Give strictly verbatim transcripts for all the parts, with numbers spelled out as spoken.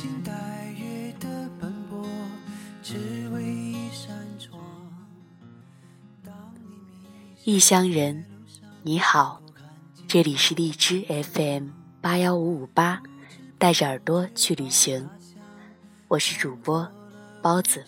星带月的奔波，只为一扇窗。 异乡人，你好，这里是荔枝 F M 八幺五五八，带着耳朵去旅行，我是主播包子。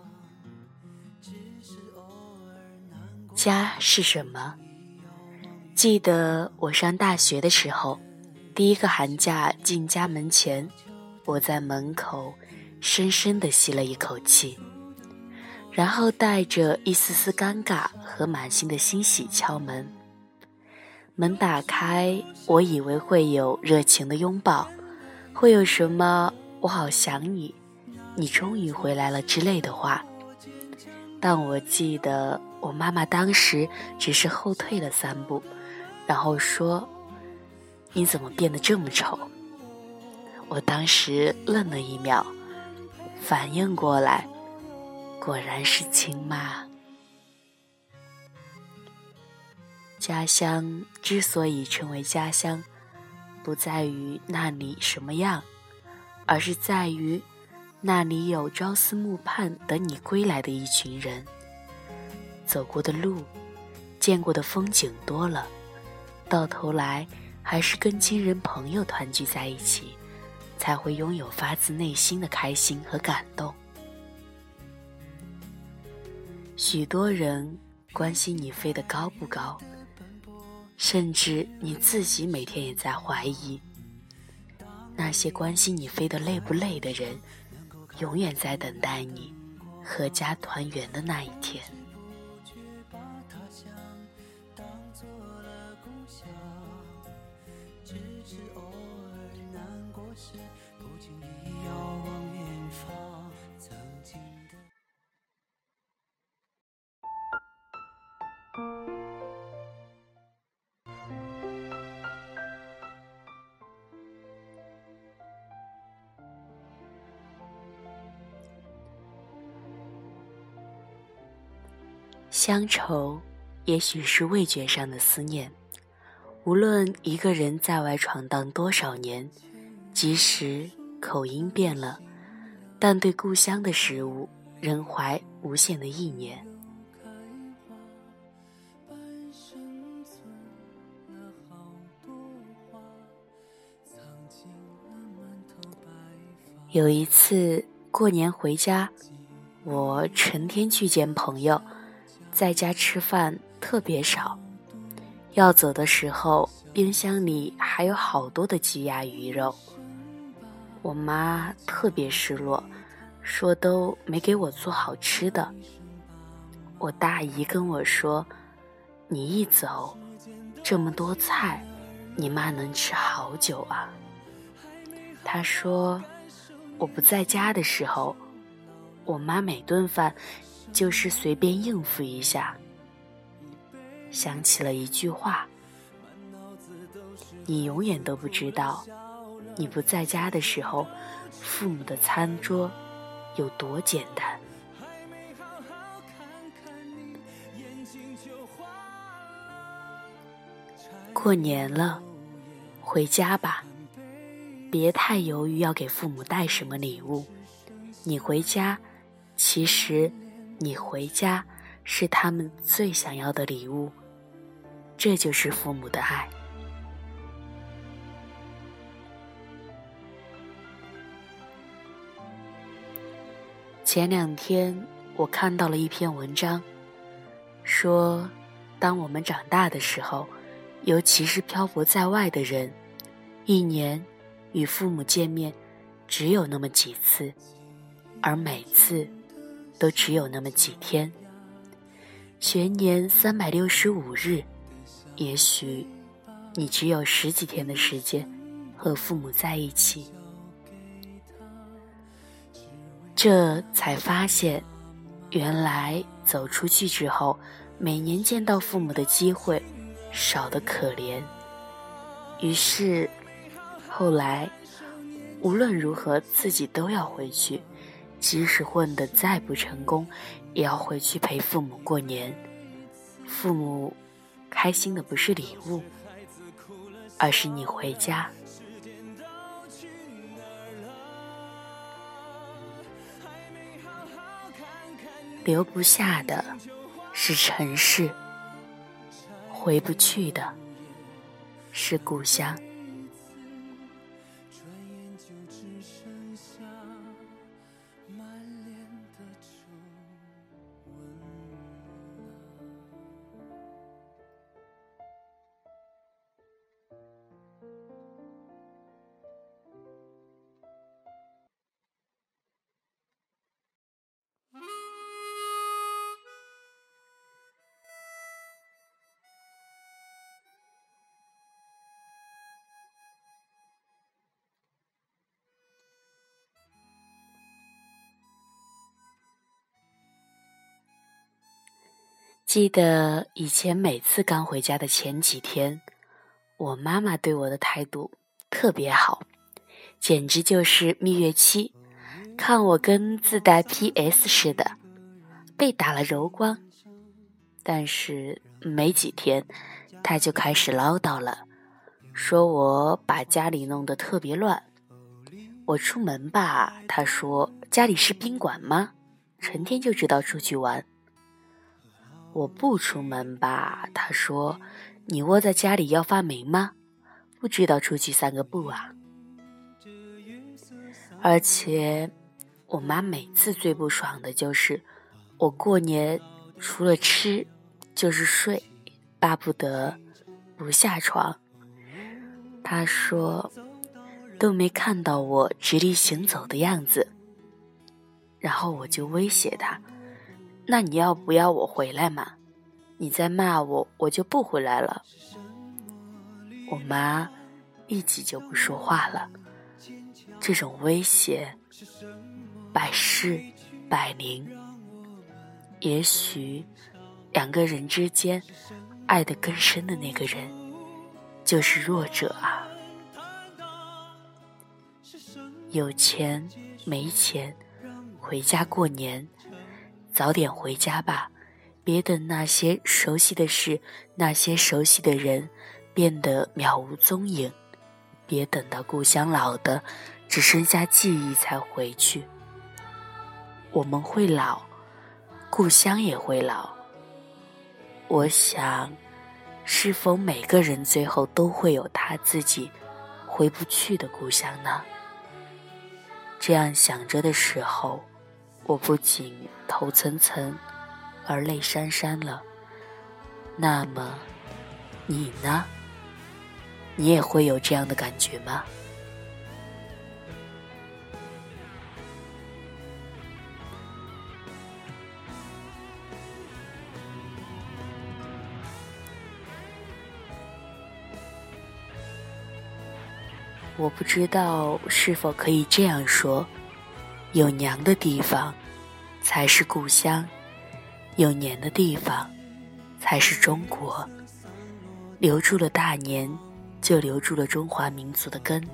家是什么？记得我上大学的时候，第一个寒假进家门前，我在门口深深地吸了一口气，然后带着一丝丝尴尬和满心的欣喜敲门。门打开，我以为会有热情的拥抱，会有什么我好想你，你终于回来了之类的话。但我记得我妈妈当时只是后退了三步，然后说，你怎么变得这么丑？我当时愣了一秒，反应过来，果然是亲妈。家乡之所以成为家乡，不在于那里什么样，而是在于那里有朝思暮盼等你归来的一群人。走过的路，见过的风景多了，到头来还是跟亲人朋友团聚在一起，才会拥有发自内心的开心和感动。许多人关心你飞得高不高，甚至你自己每天也在怀疑。那些关心你飞得累不累的人，永远在等待你阖家团圆的那一天。乡愁也许是味觉上的思念，无论一个人在外闯荡多少年，即使口音变了，但对故乡的食物仍怀无限的意念。有一次过年回家，我成天去见朋友，在家吃饭特别少，要走的时候冰箱里还有好多的鸡鸭鱼肉。我妈特别失落，说都没给我做好吃的。我大姨跟我说，你一走这么多菜，你妈能吃好久啊。她说我不在家的时候，我妈每顿饭就是随便应付一下。想起了一句话，你永远都不知道你不在家的时候，父母的餐桌有多简单。过年了，回家吧，别太犹豫要给父母带什么礼物。你回家，其实你回家是他们最想要的礼物，这就是父母的爱。前两天我看到了一篇文章，说当我们长大的时候，尤其是漂泊在外的人，一年与父母见面只有那么几次，而每次都只有那么几天。全年三百六十五日，也许你只有十几天的时间和父母在一起。这才发现，原来走出去之后，每年见到父母的机会少得可怜。于是后来无论如何自己都要回去，即使混得再不成功，也要回去陪父母过年。父母开心的不是礼物，而是你回家。 留不下的是城市，回不去的是故乡。记得以前每次刚回家的前几天，我妈妈对我的态度特别好，简直就是蜜月期，看我跟自带 P S 似的，被打了柔光。但是没几天，她就开始唠叨了，说我把家里弄得特别乱。我出门吧，她说家里是宾馆吗？成天就知道出去玩。我不出门吧，他说你窝在家里要发霉吗？不知道出去散个步啊。而且我妈每次最不爽的就是我过年除了吃就是睡，巴不得不下床。她说都没看到我直立行走的样子。然后我就威胁她，那你要不要我回来嘛？你再骂我，我就不回来了。我妈立即就不说话了。这种威胁百试百灵，也许两个人之间爱得更深的那个人就是弱者啊。有钱没钱，回家过年，早点回家吧，别等那些熟悉的事，那些熟悉的人变得渺无踪影，别等到故乡老的只剩下记忆才回去。我们会老，故乡也会老。我想，是否每个人最后都会有他自己回不去的故乡呢？这样想着的时候，我不仅头涔涔而泪潸潸了。那么你呢？你也会有这样的感觉吗？我不知道是否可以这样说，有娘的地方才是故乡，有年的地方才是中国。留住了大年，就留住了中华民族的根。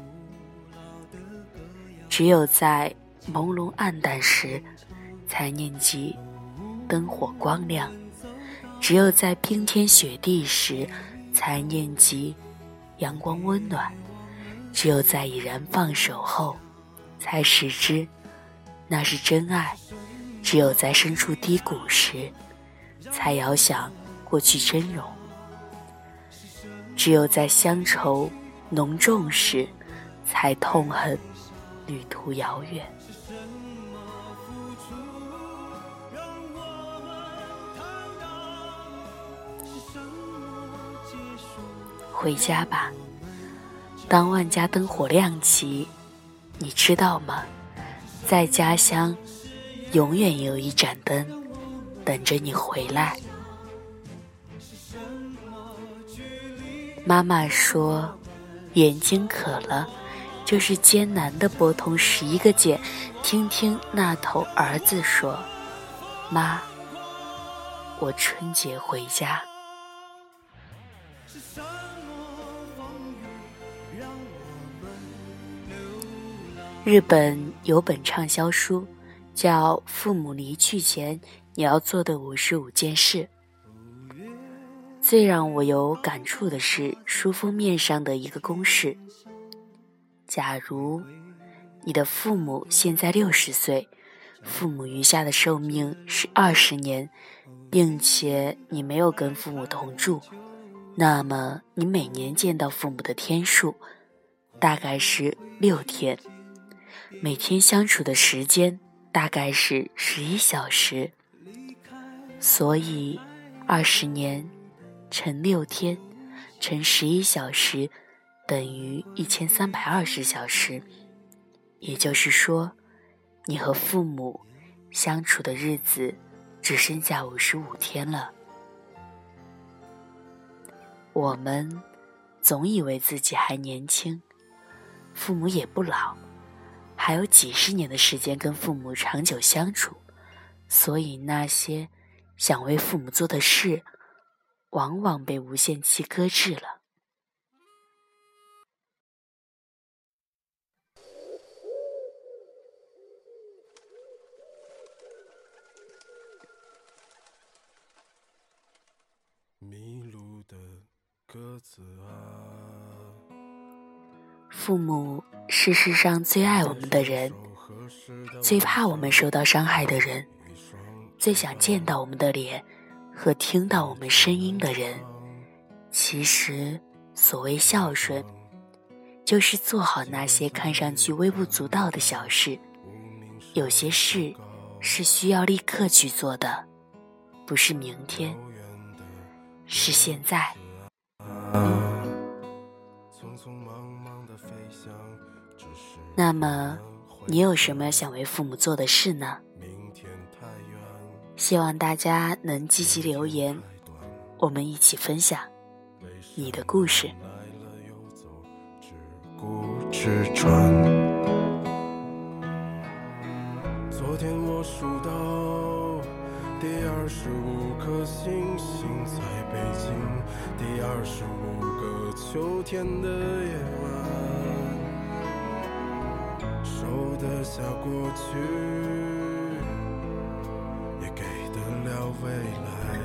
只有在朦胧暗淡时，才念及灯火光亮；只有在冰天雪地时，才念及阳光温暖；只有在已然放手后，才识知那是真爱；只有在身处低谷时，才遥想过去真容；只有在乡愁浓重时，才痛恨旅途遥远。回家吧，当万家灯火亮起，你知道吗？在家乡永远有一盏灯等着你回来。妈妈说，眼睛渴了，就是艰难地拨通十一个键，听听那头儿子说，妈，我春节回家。日本有本畅销书叫《父母离去前你要做的五十五件事》。最让我有感触的是书封面上的一个公式：假如你的父母现在六十岁， 父母余下的寿命是二十年，并且你没有跟父母同住，那么你每年见到父母的天数大概是六天，每天相处的时间大概是十一小时，所以二十年乘六天乘十一小时等于一千三百二十小时，也就是说，你和父母相处的日子只剩下五十五天了。我们总以为自己还年轻，父母也不老，还有几十年的时间跟父母长久相处，所以那些想为父母做的事，往往被无限期搁置了。 迷路的鸽子啊， 父母是世上最爱我们的人，最怕我们受到伤害的人，最想见到我们的脸和听到我们声音的人。其实所谓孝顺，就是做好那些看上去微不足道的小事。有些事是需要立刻去做的，不是明天，是现在。那么你有什么想为父母做的事呢？希望大家能积极留言，我们一起分享你的故事。 昨天我数到第二十五颗星星，在北京第二十五个秋天的夜晚，收得下过去，也给得了未来。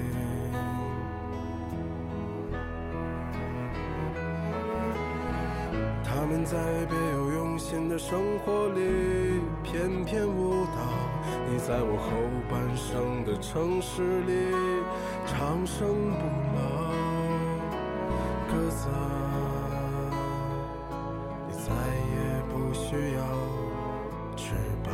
他们在别有用心的生活里翩翩舞蹈，你在我后半生的城市里长生不老。鸽子啊，你再也不需要翅膀。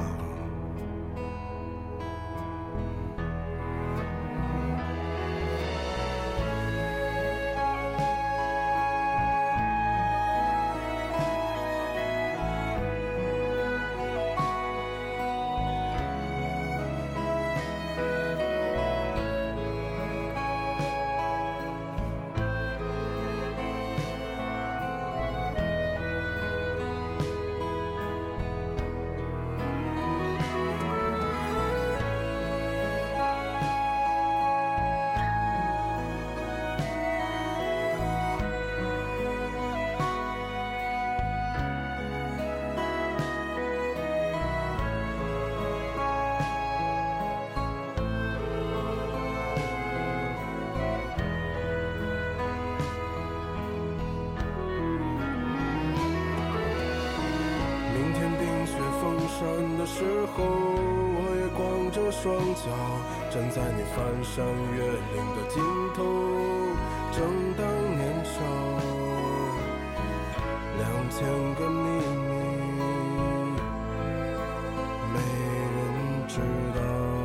的时候，我也光着双脚站在你翻山越岭的尽头，正当年少，两千个秘密没人知道。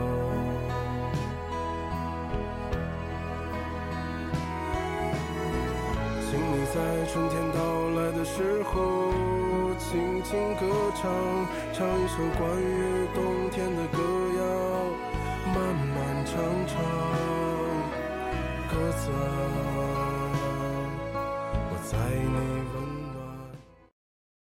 请你在春天到来的时候轻轻歌唱，唱一首关于冬天的歌。